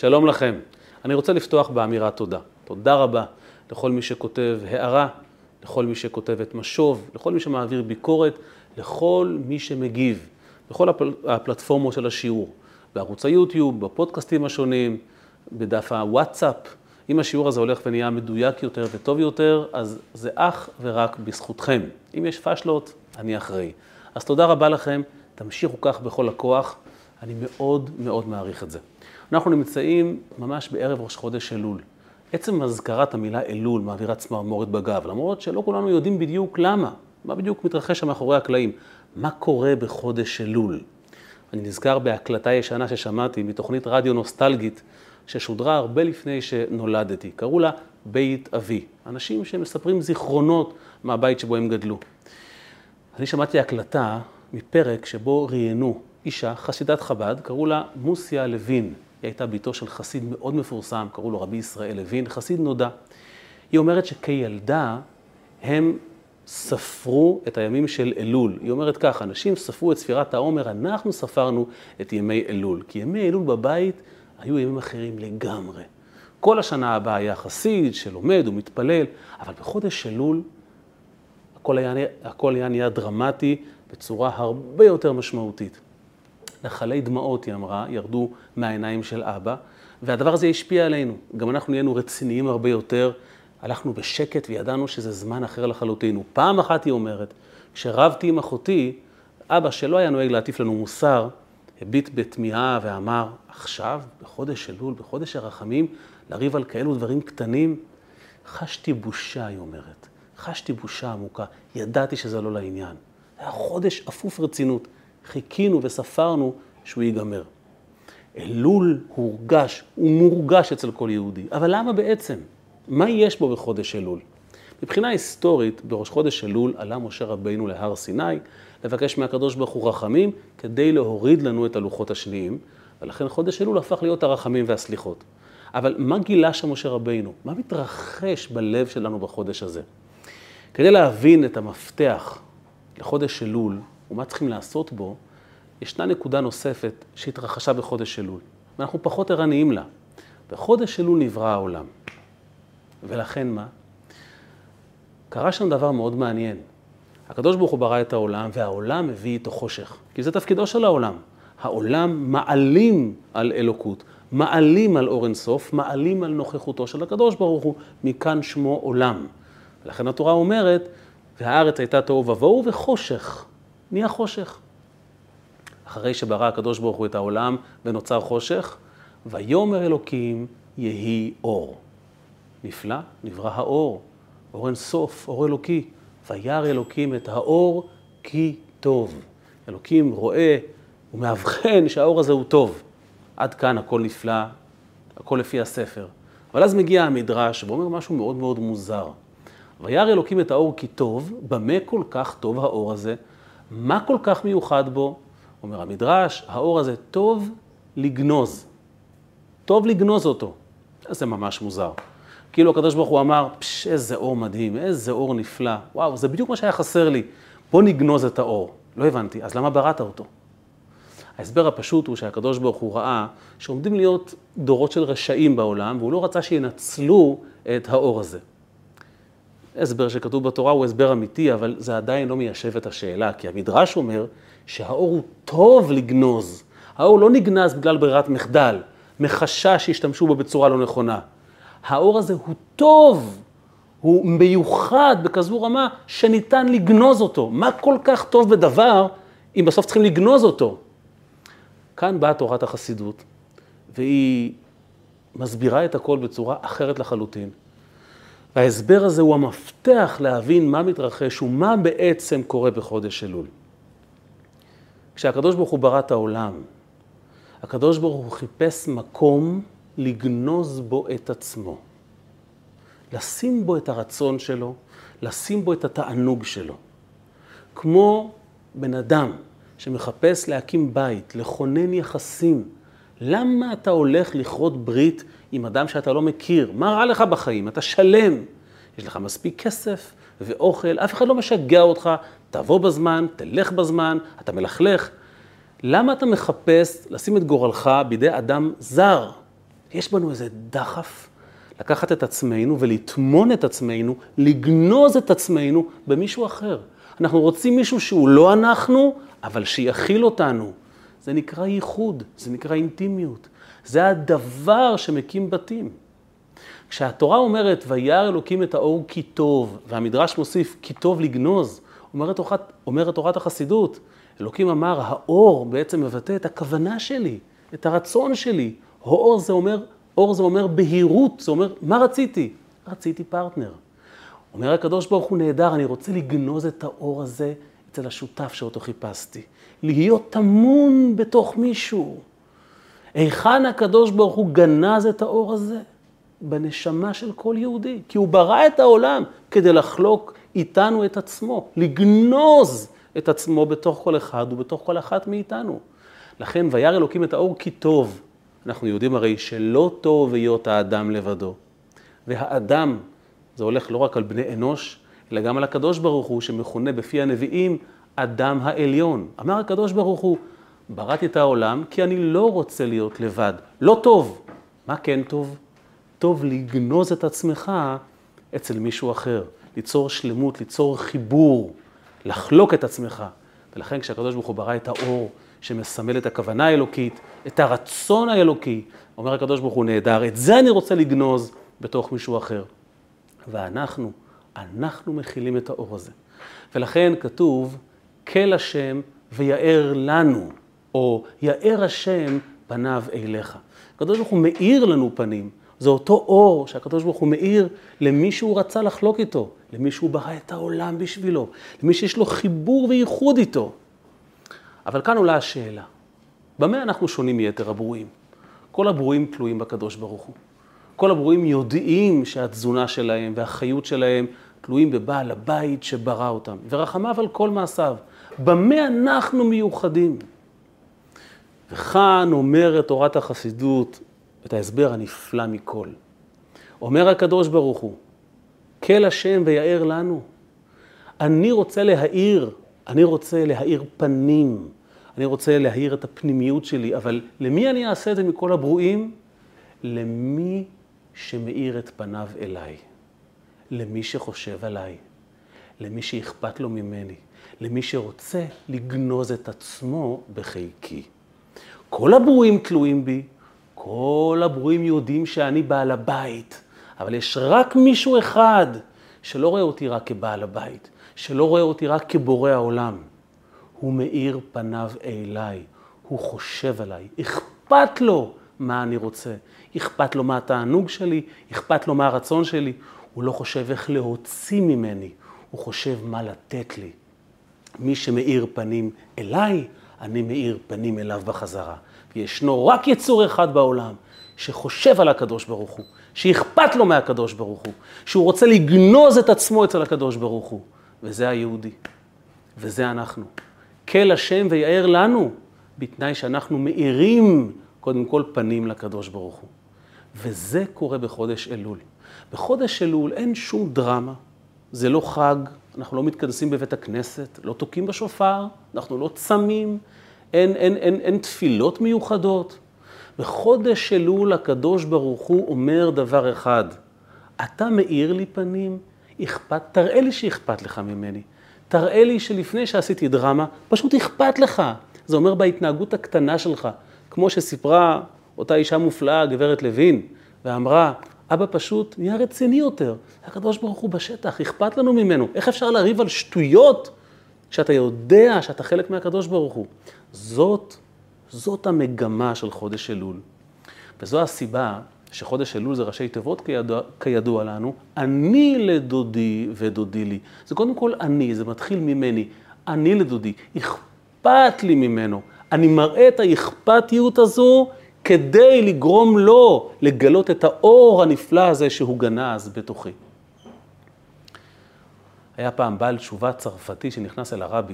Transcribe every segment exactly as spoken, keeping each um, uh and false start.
שלום לכם. אני רוצה לפתוח באמירת תודה. תודה רבה לכל מי שכותב הערה, לכל מי שכותב את משוב, לכל מי שמעביר ביקורת, לכל מי שמגיב, בכל הפל... הפלטפורמות של השיעור, בערוץ היוטיוב, בפודקאסטים השונים, בדף הוואטסאפ. אם השיעור הזה הולך ונהיה מדויק יותר וטוב יותר, אז זה אך ורק בזכותכם. אם יש פשלות, אני אחראי. אז תודה רבה לכם, תמשיכו כך בכל הכוח, אני מאוד מאוד מעריך את זה. אנחנו נמצאים ממש בערב ראש חודש אלול. עצם הזכרת המילה אלול מעבירה צמרמורת בגב, למרות שלא כולנו יודעים בדיוק למה, מה בדיוק מתרחש שם מאחורי הקלעים, מה קורה בחודש אלול. אני נזכר בהקלטה ישנה ששמעתי מתוכנית רדיו נוסטלגית, ששודרה הרבה לפני שנולדתי, קראו לה בית אבי, אנשים שמספרים זיכרונות מהבית שבו הם גדלו. אני שמעתי הקלטה מפרק שבו ראיינו אישה, חסידת חב"ד, קראו לה מוסיה לוין. היא הייתה ביתו של חסיד מאוד מפורסם, קראו לו רבי ישראל לוין, חסיד נודע. היא אומרת שכילדה הם ספרו את הימים של אלול. היא אומרת כך, אנשים ספרו את ספירת העומר, אנחנו ספרנו את ימי אלול. כי ימי אלול בבית היו ימים אחרים לגמרי. כל השנה הבאה היה חסיד שלומד ומתפלל, אבל בחודש אלול הכל היה, הכל היה נהיה דרמטי בצורה הרבה יותר משמעותית. נחלי דמעות, היא אמרה, ירדו מהעיניים של אבא, והדבר הזה השפיע עלינו. גם אנחנו נהיינו רציניים הרבה יותר, הלכנו בשקט וידענו שזה זמן אחר לחלוטין. פעם אחת היא אומרת, כשרבתי עם אחותי, אבא שלא היה נוהג להטיף לנו מוסר, הביט בתמיהה ואמר, עכשיו, בחודש אלול, בחודש הרחמים, לריב על כאלו דברים קטנים, חשתי בושה, היא אומרת. חשתי בושה עמוקה, ידעתי שזה לא לעניין. היה חודש אפוף רצינות. חיכינו וספרנו שהוא ייגמר. אלול הורגש, הוא מורגש אצל כל יהודי. אבל למה בעצם? מה יש בו בחודש אלול? מבחינה היסטורית, בראש חודש אלול עלה משה רבינו להר סיני, לבקש מהקדוש ברוך הוא רחמים, כדי להוריד לנו את הלוחות השניים, ולכן חודש אלול הפך להיות הרחמים והסליחות. אבל מה גילה שם משה רבינו? מה מתרחש בלב שלנו בחודש הזה? כדי להבין את המפתח לחודש אלול, ומה צריכים לעשות בו, ישנה נקודה נוספת שהתרחשה בחודש אלול, ואנחנו פחות ערניים לה. בחודש אלול נברא העולם. ולכן מה? קרה שם דבר מאוד מעניין. הקדוש ברוך הוא ברא את העולם, והעולם מביא איתו חושך. כי זה תפקידו של העולם. העולם מעלים על אלוקות, מעלים על אור אין סוף, מעלים על נוכחותו של הקדוש ברוך הוא, מכאן שמו עולם. ולכן התורה אומרת, והארץ הייתה תוהו ובוהו וחושך. נהיה חושך. אחרי שברא הקדוש ברוך הוא את העולם ונוצר חושך, ויאמר אלוקים יהי אור. נפלא, נברא האור, אור אין סוף, אור אלוקי. וירא אלוקים את האור כי טוב. אלוקים רואה ומאבחן שהאור הזה הוא טוב. עד כאן הכל נפלא, הכל לפי הספר. אבל אז מגיע המדרש ואומר משהו מאוד מאוד מוזר. וירא אלוקים את האור כי טוב, במה כל כך טוב האור הזה? מה כל כך מיוחד בו? אומר המדרש, האור הזה טוב לגנוז. טוב לגנוז אותו. זה ממש מוזר. כאילו הקדוש ברוך הוא אמר, פש, איזה אור מדהים, איזה אור נפלא. וואו, זה בדיוק מה שהיה חסר לי. בוא נגנוז את האור. לא הבנתי, אז למה בראת אותו? ההסבר הפשוט הוא שהקדוש ברוך הוא ראה שעומדים להיות דורות של רשעים בעולם, והוא לא רצה שינצלו את האור הזה. הסבר שכתוב בתורה הוא הסבר אמיתי, אבל זה עדיין לא מיישב את השאלה, כי המדרש אומר שהאור הוא טוב לגנוז. האור לא נגנז בגלל ברירת מחדל, מחשש שהשתמשו בו בצורה לא נכונה. האור הזה הוא טוב, הוא מיוחד בכזו רמה שניתן לגנוז אותו. מה כל כך טוב בדבר אם בסוף צריכים לגנוז אותו? כאן באה תורת החסידות, והיא מסבירה את הכל בצורה אחרת לחלוטין. וההסבר הזה הוא המפתח להבין מה מתרחש ומה בעצם קורה בחודש אלול. כשהקדוש ברוך הוא ברא את העולם, הקדוש ברוך הוא חיפש מקום לגנוז בו את עצמו. לשים בו את הרצון שלו, לשים בו את התענוג שלו. כמו בן אדם שמחפש להקים בית, לכונן יחסים. למה אתה הולך לכרות ברית עם אדם שאתה לא מכיר? מה רע לך בחיים? אתה שלם. יש לך מספיק כסף ואוכל, אף אחד לא משגע אותך, תבוא בזמן, תלך בזמן, אתה מלכלך. למה אתה מחפש לשים את גורלך בידי אדם זר? יש בנו איזה דחף לקחת את עצמנו ולטמון את עצמנו, לגנוז את עצמנו במישהו אחר. אנחנו רוצים מישהו שהוא לא אנחנו, אבל שיכיל אותנו. זה נקרא ייחוד, זה נקרא אינטימיות. זה הדבר שמקים בתים. כשהתורה אומרת, וירא אלוקים את האור כי טוב, והמדרש מוסיף, כי טוב לגנוז, אומרת, אומרת תורת החסידות, אלוקים אמר, האור בעצם מבטא את הכוונה שלי, את הרצון שלי. האור זה אומר, אור זה אומר בהירות, זה אומר, מה רציתי? רציתי פרטנר. אומר הקדוש ברוך הוא נהדר, אני רוצה לגנוז את האור הזה אצל השותף שאותו חיפשתי. להיות תמון בתוך מישהו. היכן הקדוש ברוך הוא גנז את האור הזה? בנשמה של כל יהודי. כי הוא ברא את העולם כדי לחלוק איתנו את עצמו. לגנוז את עצמו בתוך כל אחד ובתוך כל אחת מאיתנו. לכן וירא אלוקים את האור כי טוב. אנחנו יודעים הרי שלא טוב היות האדם לבדו. והאדם, זה הולך לא רק על בני אנוש, אלא גם על הקדוש ברוך הוא שמכונה בפי הנביאים אדם העליון. אמר הקדוש ברוך הוא, בראתי את העולם כי אני לא רוצה להיות לבד. לא טוב. מה כן טוב? טוב לגנוז את עצמך אצל מישהו אחר. ליצור שלמות, ליצור חיבור, לחלוק את עצמך. ולכן כשהקדוש ברוך הוא ברא את האור שמסמל את הכוונה האלוקית, את הרצון האלוקי, אומר הקדוש ברוך הוא נהדר, את זה אני רוצה לגנוז בתוך מישהו אחר. ואנחנו, אנחנו מכילים את האור הזה. ולכן כתוב, כל השם ויאר לנו, או יאר השם פניו אליך. הקדוש ברוך הוא מאיר לנו פנים. זה אותו אור שהקדוש ברוך הוא מאיר למי שהוא רצה לחלוק איתו, למי שהוא ברא את העולם בשבילו, למי שיש לו חיבור וייחוד איתו. אבל כאן עולה השאלה, במה אנחנו שונים מיתר הברואים? כל הברואים תלויים בקדוש ברוך הוא. כל הברואים יודעים שהתזונה שלהם והחיות שלהם תלויים בבעל הבית שברא אותם, ורחמיו על כל מעשיו. במה אנחנו מיוחדים? וכאן אומרת תורת החסידות את ההסבר הנפלא מכל. אומר הקדוש ברוך הוא, כל השם ויאר לנו. אני רוצה להאיר, אני רוצה להאיר פנים, אני רוצה להאיר את הפנימיות שלי, אבל למי אני אעשה את זה מכל הברואים? למי שמאיר את פניו אליי, למי שחושב עליי, למי שאכפת לו ממני, למי שרוצה לגנוז את עצמו בחיקי. כל הברואים תלויים בי, כל הברואים יודעים שאני בעל הבית, אבל יש רק מישהו אחד שלא רואה אותי רק כבעל הבית, שלא רואה אותי רק כבורא העולם. הוא מאיר פניו אליי, הוא חושב עליי, אכפת לו מה אני רוצה, אכפת לו מה התענוג שלי, אכפת לו מה הרצון שלי. הוא לא חושב איך להוציא ממני, הוא חושב מה לתת לי. מי שמאיר פנים אליי, אני מאיר פנים אליו בחזרה. וישנו רק יצור אחד בעולם שחושב על הקדוש ברוך הוא, שאכפת לו מהקדוש ברוך הוא, שהוא רוצה לגנוז את עצמו אצל הקדוש ברוך הוא. וזה היהודי, וזה אנחנו. כל השם ויאר לנו, בתנאי שאנחנו מאירים קודם כל פנים לקדוש ברוך הוא. וזה קורה בחודש אלול. בחודש אלול אין שום דרמה, זה לא חג, אנחנו לא מתכנסים בבית הכנסת, לא תוקים בשופר, אנחנו לא צמים, אין, אין, אין, אין תפילות מיוחדות. בחודש אלול הקדוש ברוך הוא אומר דבר אחד, אתה מאיר לי פנים, אכפת, תראה לי שאכפת לך ממני. תראה לי שלפני שעשיתי דרמה, פשוט אכפת לך. זה אומר בהתנהגות הקטנה שלך, כמו שסיפרה אותה אישה מופלאה, גברת לוין, ואמרה, אבא פשוט נהיה רציני יותר. הקדוש ברוך הוא בשטח, אכפת לנו ממנו. איך אפשר לריב על שטויות כשאתה יודע שאתה חלק מהקדוש ברוך הוא? זאת, זאת המגמה של חודש אלול. וזו הסיבה שחודש אלול זה ראשי תיבות כידוע, כידוע לנו, אני לדודי ודודי לי. זה קודם כל אני, זה מתחיל ממני. אני לדודי, אכפת לי ממנו. אני מראה את האכפתיות הזו כדי לגרום לו לגלות את האור הנפלא הזה שהוא גנז בתוכי. היה פעם בעל תשובה צרפתי שנכנס אל הרבי,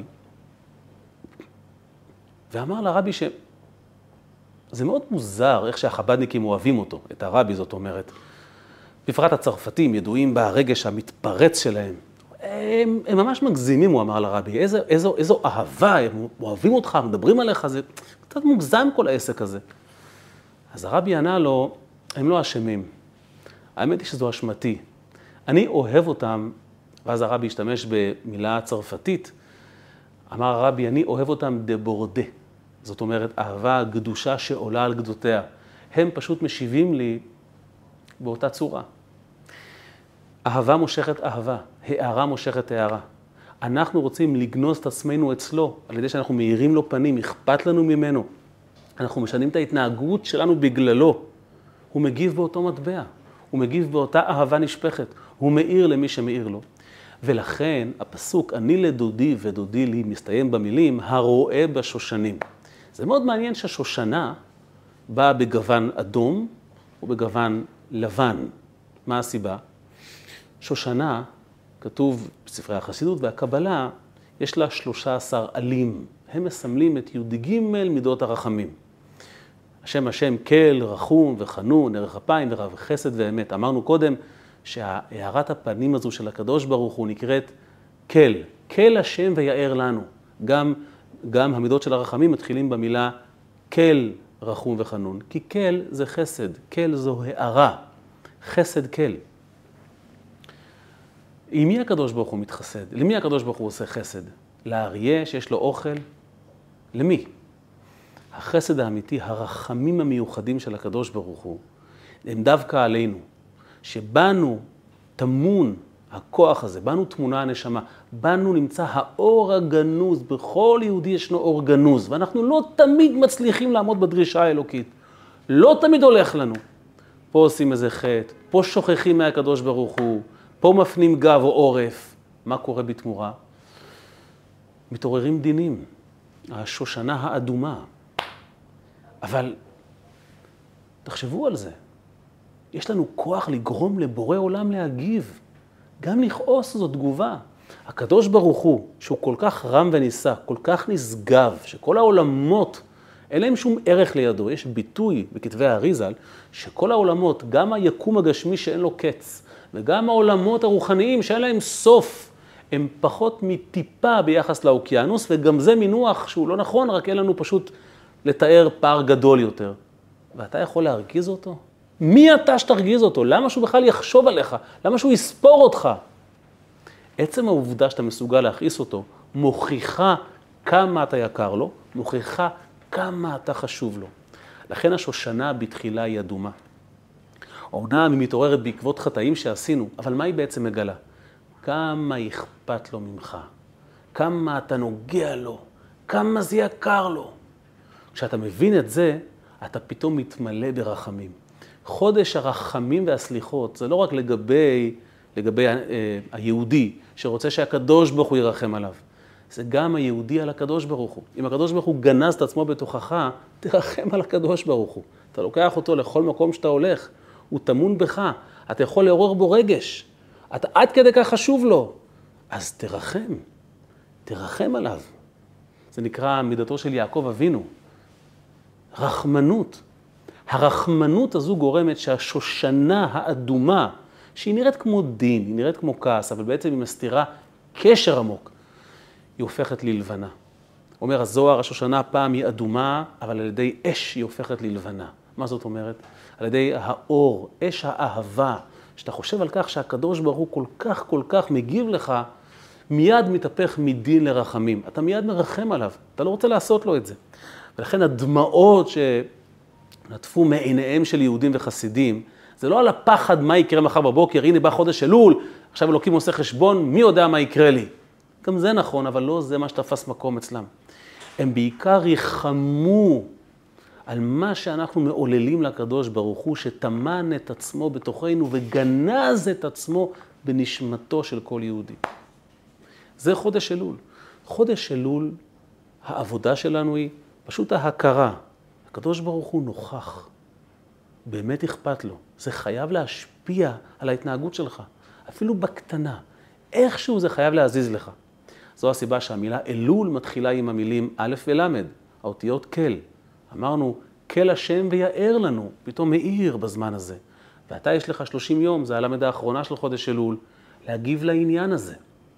ואמר לרבי שזה מאוד מוזר איך שהחבדניקים אוהבים אותו, את הרבי זאת אומרת. בפרט הצרפתים ידועים ברגש המתפרץ שלהם. הם, הם ממש מגזימים, הוא אמר לרבי, איזו, איזו, איזו אהבה, הם אוהבים אותך, מדברים עליך, זה קצת מוגזם כל העסק הזה. אז הרבי ענה לו, הם לא אשמים. האמת היא שזו אשמתי. אני אוהב אותם, ואז הרבי השתמש במילה צרפתית, אמר הרבי, אני אוהב אותם דבורדה. זאת אומרת, אהבה קדושה שעולה על גדותיה. הם פשוט משיבים לי באותה צורה. אהבה מושכת אהבה, הערה מושכת הערה. אנחנו רוצים לגנוז את עצמנו אצלו, על ידי שאנחנו מאירים לו פנים, אכפת לנו ממנו. אנחנו משנים את ההתנהגות שלנו בגללו. הוא מגיב באותו מטבע, הוא מגיב באותה אהבה נשפכת, הוא מאיר למי שמאיר לו. ולכן הפסוק, אני לדודי ודודי לי, מסתיים במילים, הרואה בשושנים. זה מאוד מעניין שהשושנה באה בגוון אדום ובגוון לבן. מה הסיבה? שושנה, כתוב בספרי החסידות והקבלה, יש לה שלושה עשר עלים. הם מסמלים את י' ג' מידות הרחמים. השם השם כל, רחום וחנון, ערך אפיים ורב חסד ואמת. אמרנו קודם שהארת הפנים הזו של הקדוש ברוך הוא נקראת כל. כל השם ויער לנו. גם, גם המידות של הרחמים מתחילים במילה כל, רחום וחנון. כי כל זה חסד, כל זו הארה. חסד כל. עם מי הקדוש ברוך הוא מתחסד? למי הקדוש ברוך הוא עושה חסד? לאריה שיש לו אוכל? למי? החסד האמיתי, הרחמים המיוחדים של הקדוש ברוך הוא, הם דווקא עלינו, שבנו תמון הכוח הזה, בנו תמונה הנשמה, בנו נמצא האור הגנוז, בכל יהודי ישנו אור גנוז, ואנחנו לא תמיד מצליחים לעמוד בדרישה האלוקית, לא תמיד הולך לנו. פה עושים איזה חטא, פה שוכחים מהקדוש ברוך הוא, פה מפנים גב או עורף. מה קורה בתמורה? מתעוררים דינים, השושנה האדומה. אבל תחשבו על זה. יש לנו כוח לגרום לבורא עולם להגיב. גם לכעוס זו תגובה. הקדוש ברוך הוא, שהוא כל כך רם ונישא, כל כך נשגב, שכל העולמות, אין להם שום ערך לידו. יש ביטוי בכתבי האריז"ל, שכל העולמות, גם היקום הגשמי שאין לו קץ, וגם העולמות הרוחניים שאין להם סוף, הם פחות מטיפה ביחס לאוקיינוס, וגם זה מינוח שהוא לא נכון, רק אין לנו פשוט לתאר פער גדול יותר. ואתה יכול להרגיז אותו? מי אתה שתרגיז אותו? למה שהוא בכלל יחשוב עליך? למה שהוא יספור אותך? עצם העובדה שאתה מסוגל להכעיס אותו, מוכיחה כמה אתה יקר לו, מוכיחה כמה אתה חשוב לו. לכן השושנה בתחילה היא אדומה. אומנם היא מתעוררת בעקבות חטאים שעשינו, אבל מה היא בעצם מגלה? כמה אכפת לו ממך, כמה אתה נוגע לו, כמה זה יקר לו. כשאתה מבין את זה, אתה פתאום מתמלא ברחמים. חודש הרחמים והסליחות, זה לא רק לגבי, לגבי ה, היהודי, שרוצה שהקדוש ברוך הוא ירחם עליו. זה גם היהודי על הקדוש ברוך הוא. אם הקדוש ברוך הוא גנז את עצמו בתוכך, תרחם על הקדוש ברוך הוא. אתה לוקח אותו לכל מקום שאתה הולך, הוא תמון בך, אתה יכול לעורר בו רגש, אתה עד כדי כך חשוב לו, אז תרחם, תרחם עליו. זה נקרא מידתו של יעקב אבינו, רחמנות. הרחמנות הזו גורמת שהשושנה האדומה, שהיא נראית כמו דין, היא נראית כמו כעס, אבל בעצם היא מסתירה קשר עמוק, היא הופכת ללבנה. אומר הזוהר, השושנה פעם היא אדומה, אבל על ידי אש היא הופכת ללבנה. מה זאת אומרת? על ידי האור, אש האהבה, שאתה חושב על כך שהקדוש ברוך הוא כל כך כל כך מגיב לך, מיד מתהפך מדין לרחמים. אתה מיד מרחם עליו, אתה לא רוצה לעשות לו את זה. ולכן הדמעות שנטפו מעיניהם של יהודים וחסידים, זה לא על הפחד מה יקרה מחר בבוקר, הנה בא חודש אלול, עכשיו אלוקים עושה חשבון, מי יודע מה יקרה לי. גם זה נכון, אבל לא זה מה שתפס מקום אצלם. הם בעיקר יחמו על מה שאנחנו מעוללים לקדוש ברוך הוא, שתמן את עצמו בתוכנו וגנז את עצמו בנשמתו של כל יהודי. זה חודש אלול. חודש אלול, העבודה שלנו היא פשוט ההכרה. הקדוש ברוך הוא נוכח. באמת אכפת לו. זה חייב להשפיע על ההתנהגות שלך. אפילו בקטנה. איכשהו זה חייב להזיז לך. זו הסיבה שהמילה אלול מתחילה עם המילים א' ולמד, האותיות כל. אמרנו, כל השם ויער לנו, פתאום מאיר בזמן הזה. ואתה יש לך שלושים יום, זה הלמד האחרונה של חודש אלול, להגיב לעניין הזה.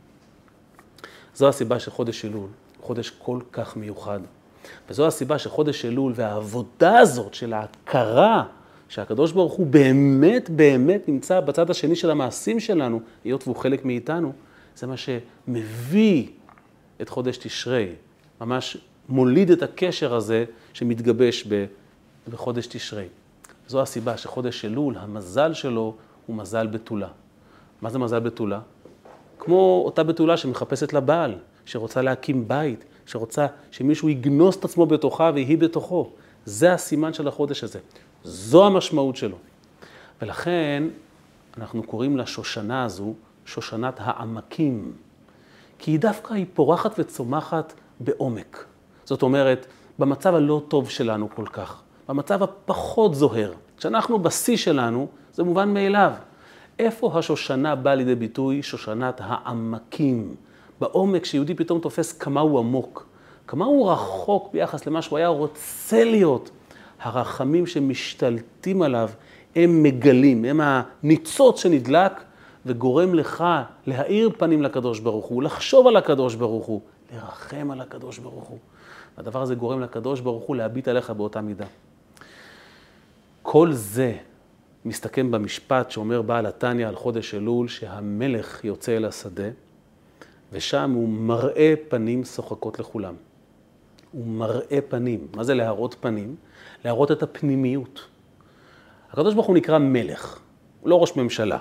זו הסיבה שחודש אלול, חודש כל כך מיוחד. וזו הסיבה שחודש אלול והעבודה הזאת של ההכרה שהקדוש ברוך הוא באמת באמת נמצא בצד השני של המעשים שלנו, היות והוא חלק מאיתנו, זה מה שמביא את חודש תשרי, ממש מוליד את הקשר הזה שמתגבש בחודש תשרי. זו הסיבה שחודש אלול, המזל שלו הוא מזל בתולה. מה זה מזל בתולה? כמו אותה בתולה שמחפשת לבעל, שרוצה להקים בית, שרוצה שמישהו יגנוס את עצמו בתוכה והיא בתוכו. זה הסימן של החודש הזה. זו המשמעות שלו. ולכן אנחנו קוראים לשושנה הזו שושנת העמקים. כי היא דווקא היא פורחת וצומחת בעומק. זאת אומרת, במצב הלא טוב שלנו כל כך, במצב הפחות זוהר. כשאנחנו בשיא שלנו, זה מובן מאליו. איפה השושנה באה לידי ביטוי? שושנת העמקים. בעומק שיהודי פתאום תופס כמה הוא עמוק, כמה הוא רחוק ביחס למה שהוא היה רוצה להיות. הרחמים שמשתלטים עליו הם מגלים, הם הניצוץ שנדלק וגורם לך להאיר פנים לקדוש ברוך הוא, לחשוב על הקדוש ברוך הוא, לרחם על הקדוש ברוך הוא. הדבר הזה גורם לקדוש ברוך הוא להביט עליך באותה מידה. כל זה מסתכם במשפט שאומר בעל התניא על חודש אלול, שהמלך יוצא אל השדה, ושם הוא מראה פנים שוחקות לכולם. הוא מראה פנים. מה זה להראות פנים? להראות את הפנימיות. הקדוש ברוך הוא נקרא מלך, הוא לא ראש ממשלה.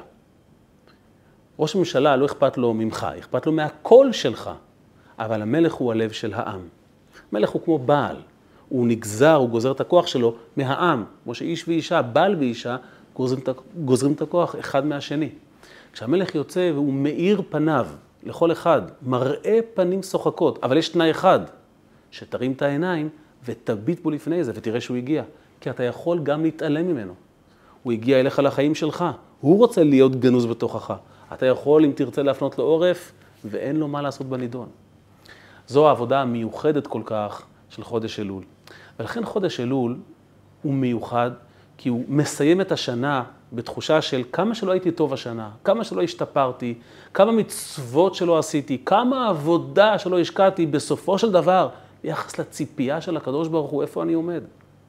ראש ממשלה לא אכפת לו ממך, אכפת לו מהקול שלך, אבל המלך הוא הלב של העם. מלך הוא כמו בעל, הוא נגזר, הוא גוזר את הכוח שלו מהעם, כמו שאיש ואישה, בעל ואישה, גוזרים, גוזרים את הכוח אחד מהשני. כשהמלך יוצא והוא מאיר פניו לכל אחד, מראה פנים שוחקות, אבל יש תנאי אחד, שתרים את העיניים ותביט בו לפני זה ותראה שהוא הגיע, כי אתה יכול גם להתעלם ממנו. הוא הגיע אליך לחיים שלך, הוא רוצה להיות גנוז בתוכך. אתה יכול, אם תרצה, להפנות לו עורף, ואין לו מה לעשות בנידון. זו העבודה המיוחדת כל כך של חודש אלול. ולכן חודש אלול הוא מיוחד, כי הוא מסיים את השנה בתחושה של כמה שלא הייתי טוב השנה, כמה שלא השתפרתי, כמה מצוות שלא עשיתי, כמה עבודה שלא השקעתי, בסופו של דבר, ביחס לציפייה של הקדוש ברוך הוא, איפה אני עומד?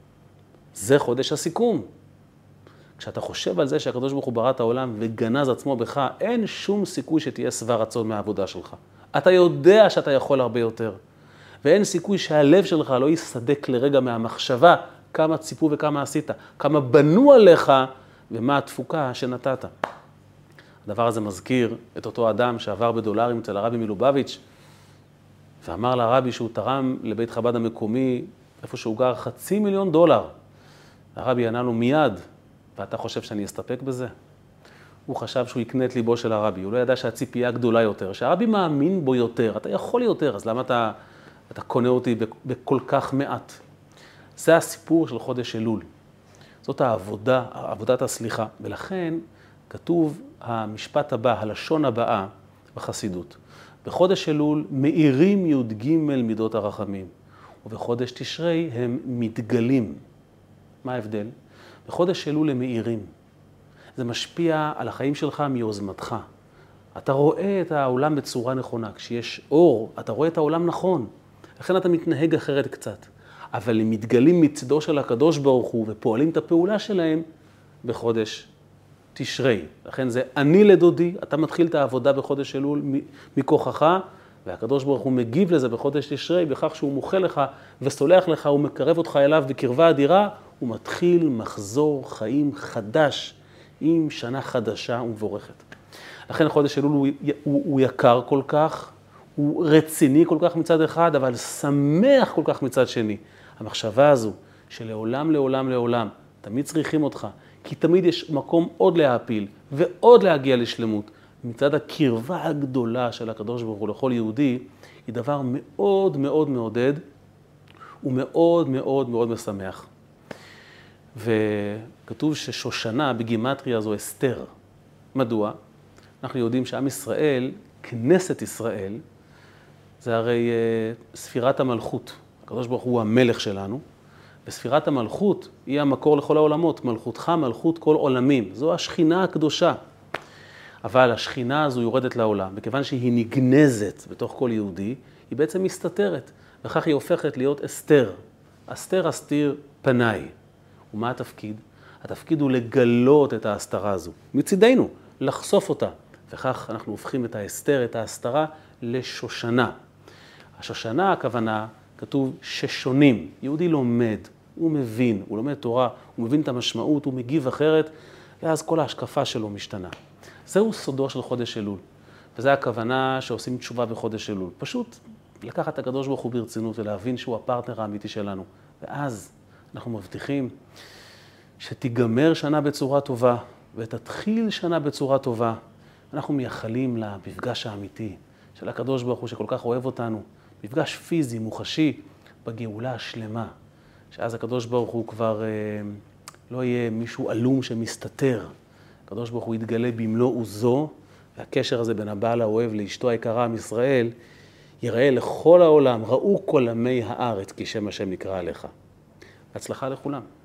זה חודש הסיכום. כשאתה חושב על זה שהקדוש ברוך הוא ברא את העולם וגנז עצמו בך, אין שום סיכוי שתהיה שבע רצון מהעבודה שלך. אתה יודע שאתה יכול הרבה יותר. ואין סיכוי שהלב שלך לא יסדק לרגע מהמחשבה כמה ציפו וכמה עשית, כמה בנו עליך ומה התפוקה שנתת. הדבר הזה מזכיר את אותו אדם שעבר בדולרים אצל הרבי מלובביץ' ואמר לרבי שהוא תרם לבית חב"ד המקומי, איפה שהוא גר, חצי מיליון דולר. הרבי ענה לו מיד, ואתה חושב שאני אסתפק בזה? הוא חשב שהוא יקנה את ליבו של הרבי, הוא לא ידע שהציפייה גדולה יותר, שהרבי מאמין בו יותר, אתה יכול יותר, אז למה אתה, אתה קונה אותי בכל כך מעט? זה הסיפור של חודש אלול. זאת העבודה, עבודת הסליחה, ולכן כתוב המשפט הבא, הלשון הבאה בחסידות. בחודש אלול מאירים י"ג מידות הרחמים, ובחודש תשרי הם מתגלים. מה ההבדל? בחודש אלול הם מאירים. זה משפיע על החיים שלך מיוזמתך. אתה רואה את העולם בצורה נכונה. כשיש אור, אתה רואה את העולם נכון. לכן אתה מתנהג אחרת קצת. אבל הם מתגלים מצדו של הקדוש ברוך הוא ופועלים את הפעולה שלהם בחודש תשרי. לכן זה אני לדודי, אתה מתחיל את העבודה בחודש אלול מכוחך, והקדוש ברוך הוא מגיב לזה בחודש תשרי, בכך שהוא מוחה לך וסולח לך ומקרב אותך אליו בקרבה אדירה, הוא מתחיל מחזור חיים חדש עם שנה חדשה ומבורכת. לכן חודש אלול הוא, הוא, הוא יקר כל כך, הוא רציני כל כך מצד אחד, אבל שמח כל כך מצד שני. המחשבה הזו שלעולם, לעולם, לעולם, תמיד צריכים אותך, כי תמיד יש מקום עוד להפיל ועוד להגיע לשלמות. מצד הקרבה הגדולה של הקדוש ברוך הוא לכל יהודי, היא דבר מאוד מאוד מעודד ומאוד מאוד מאוד משמח. וכתוב ששושנה בגימטריה זו אסתר. מדוע? אנחנו יודעים שעם ישראל, כנסת ישראל, זה הרי ספירת המלכות. הקדוש ברוך הוא המלך שלנו, וספירת המלכות היא המקור לכל העולמות. מלכותך מלכות כל עולמים. זו השכינה הקדושה. אבל השכינה הזו יורדת לעולם, וכיוון שהיא נגנזת בתוך כל יהודי, היא בעצם מסתתרת, וכך היא הופכת להיות אסתר. אסתר אסתיר פניי. ומה התפקיד? התפקיד הוא לגלות את ההסתרה הזו. מצידנו, לחשוף אותה. וכך אנחנו הופכים את ההסתר, את ההסתרה, לשושנה. השושנה, הכוונה, כתוב ששונים. יהודי לומד, הוא מבין, הוא לומד תורה, הוא מבין את המשמעות, הוא מגיב אחרת, ואז כל ההשקפה שלו משתנה. זהו סודו של חודש אלול. וזו הכוונה שעושים תשובה בחודש אלול. פשוט לקחת את הקדוש ברוך הוא ברצינות ולהבין שהוא הפרטנר האמיתי שלנו. ואז אנחנו מבטיחים שתיגמר שנה בצורה טובה ותתחיל שנה בצורה טובה. אנחנו מייחלים למפגש האמיתי של הקדוש ברוך הוא שכל כך אוהב אותנו. מפגש פיזי, מוחשי, בגאולה השלמה. שאז הקדוש ברוך הוא כבר אה, לא יהיה מישהו אלום שמסתתר. הקדוש ברוך הוא יתגלה במלוא עוזו, והקשר הזה בין הבעל האוהב לאשתו היקרה עם ישראל, יראה לכל העולם, ראו כל עמי הארץ, כי שם השם נקרא עליך. הצלחה לכולם.